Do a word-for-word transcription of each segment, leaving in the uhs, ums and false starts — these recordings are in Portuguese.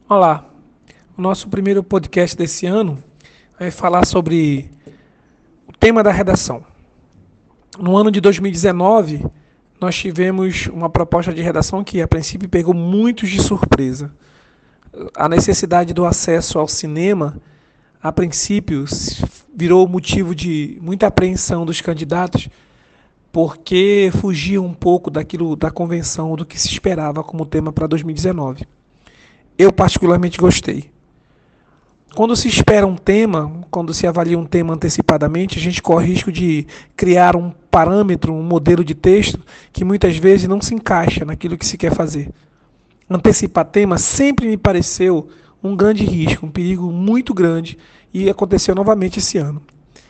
Olá, o nosso primeiro podcast desse ano vai falar sobre o tema da redação. No ano de dois mil e dezenove, nós tivemos uma proposta de redação que, a princípio, pegou muitos de surpresa. A necessidade do acesso ao cinema, a princípio, virou motivo de muita apreensão dos candidatos, porque fugia um pouco daquilo da convenção, do que se esperava como tema para dois mil e dezenove. Eu particularmente gostei. Quando se espera um tema, quando se avalia um tema antecipadamente, a gente corre o risco de criar um parâmetro, um modelo de texto que muitas vezes não se encaixa naquilo que se quer fazer. Antecipar tema sempre me pareceu um grande risco, um perigo muito grande, e aconteceu novamente esse ano.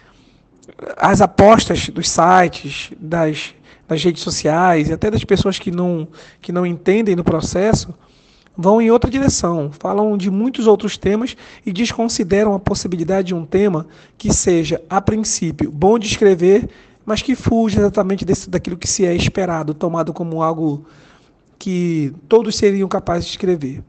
As apostas dos sites, das, das redes sociais e até das pessoas que não, que não entendem do processo vão em outra direção, falam de muitos outros temas e desconsideram a possibilidade de um tema que seja, a princípio, bom de escrever, mas que fuja exatamente desse, daquilo que se é esperado, tomado como algo que todos seriam capazes de escrever.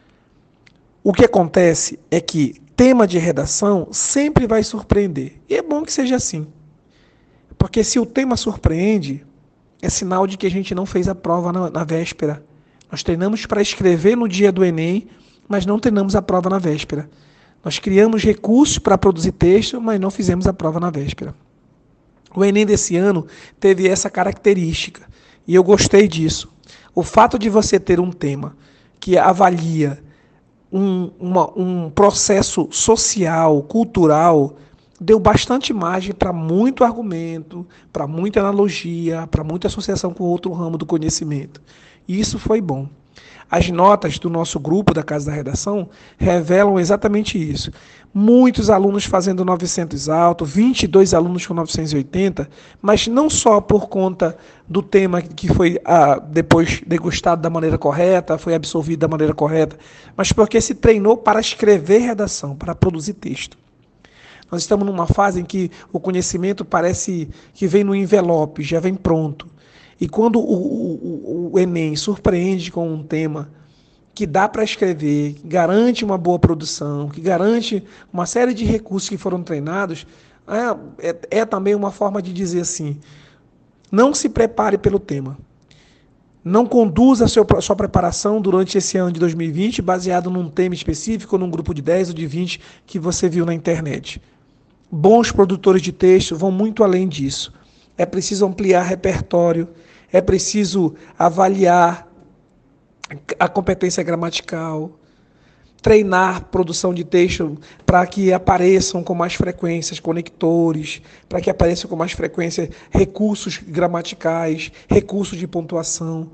O que acontece é que tema de redação sempre vai surpreender. E é bom que seja assim. Porque se o tema surpreende, é sinal de que a gente não fez a prova na, na véspera. Nós treinamos para escrever no dia do Enem, mas não treinamos a prova na véspera. Nós criamos recursos para produzir texto, mas não fizemos a prova na véspera. O Enem desse ano teve essa característica, e eu gostei disso. O fato de você ter um tema que avalia um, uma, um processo social, cultural, deu bastante margem para muito argumento, para muita analogia, para muita associação com outro ramo do conhecimento. E isso foi bom. As notas do nosso grupo da Casa da Redação revelam exatamente isso. Muitos alunos fazendo novecentos alto, vinte e dois alunos com novecentos e oitenta, mas não só por conta do tema que foi ah, depois degustado da maneira correta, foi absorvido da maneira correta, mas porque se treinou para escrever redação, para produzir texto. Nós estamos numa fase em que o conhecimento parece que vem no envelope, já vem pronto. E quando o, o, o Enem surpreende com um tema que dá para escrever, que garante uma boa produção, que garante uma série de recursos que foram treinados, é, é, é também uma forma de dizer assim, não se prepare pelo tema. Não conduza a seu, sua preparação durante esse ano de dois mil e vinte baseado num tema específico, ou num grupo de dez ou de vinte que você viu na internet. Bons produtores de texto vão muito além disso. É preciso ampliar repertório, é preciso avaliar a competência gramatical, treinar produção de texto para que apareçam com mais frequência conectores, para que apareçam com mais frequência recursos gramaticais, recursos de pontuação.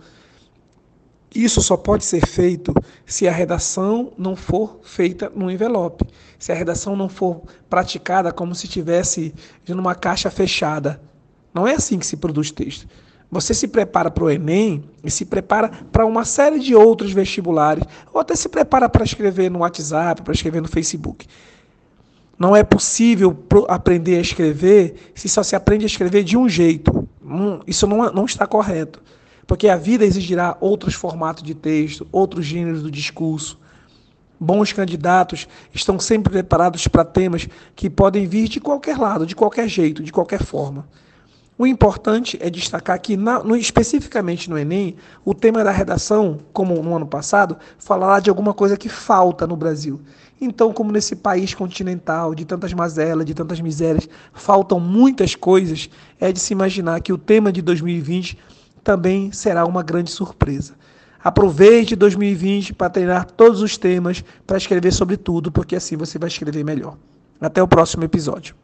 Isso só pode ser feito se a redação não for feita no envelope, se a redação não for praticada como se estivesse numa caixa fechada. Não é assim que se produz texto. Você se prepara para o Enem e se prepara para uma série de outros vestibulares, ou até se prepara para escrever no WhatsApp, para escrever no Facebook. Não é possível aprender a escrever se só se aprende a escrever de um jeito. Isso não, não está correto, porque a vida exigirá outros formatos de texto, outros gêneros do discurso. Bons candidatos estão sempre preparados para temas que podem vir de qualquer lado, de qualquer jeito, de qualquer forma. O importante é destacar que, na, no, especificamente no Enem, o tema da redação, como no ano passado, falará de alguma coisa que falta no Brasil. Então, como nesse país continental, de tantas mazelas, de tantas misérias, faltam muitas coisas, é de se imaginar que o tema de dois mil e vinte também será uma grande surpresa. Aproveite dois mil e vinte para treinar todos os temas, para escrever sobre tudo, porque assim você vai escrever melhor. Até o próximo episódio.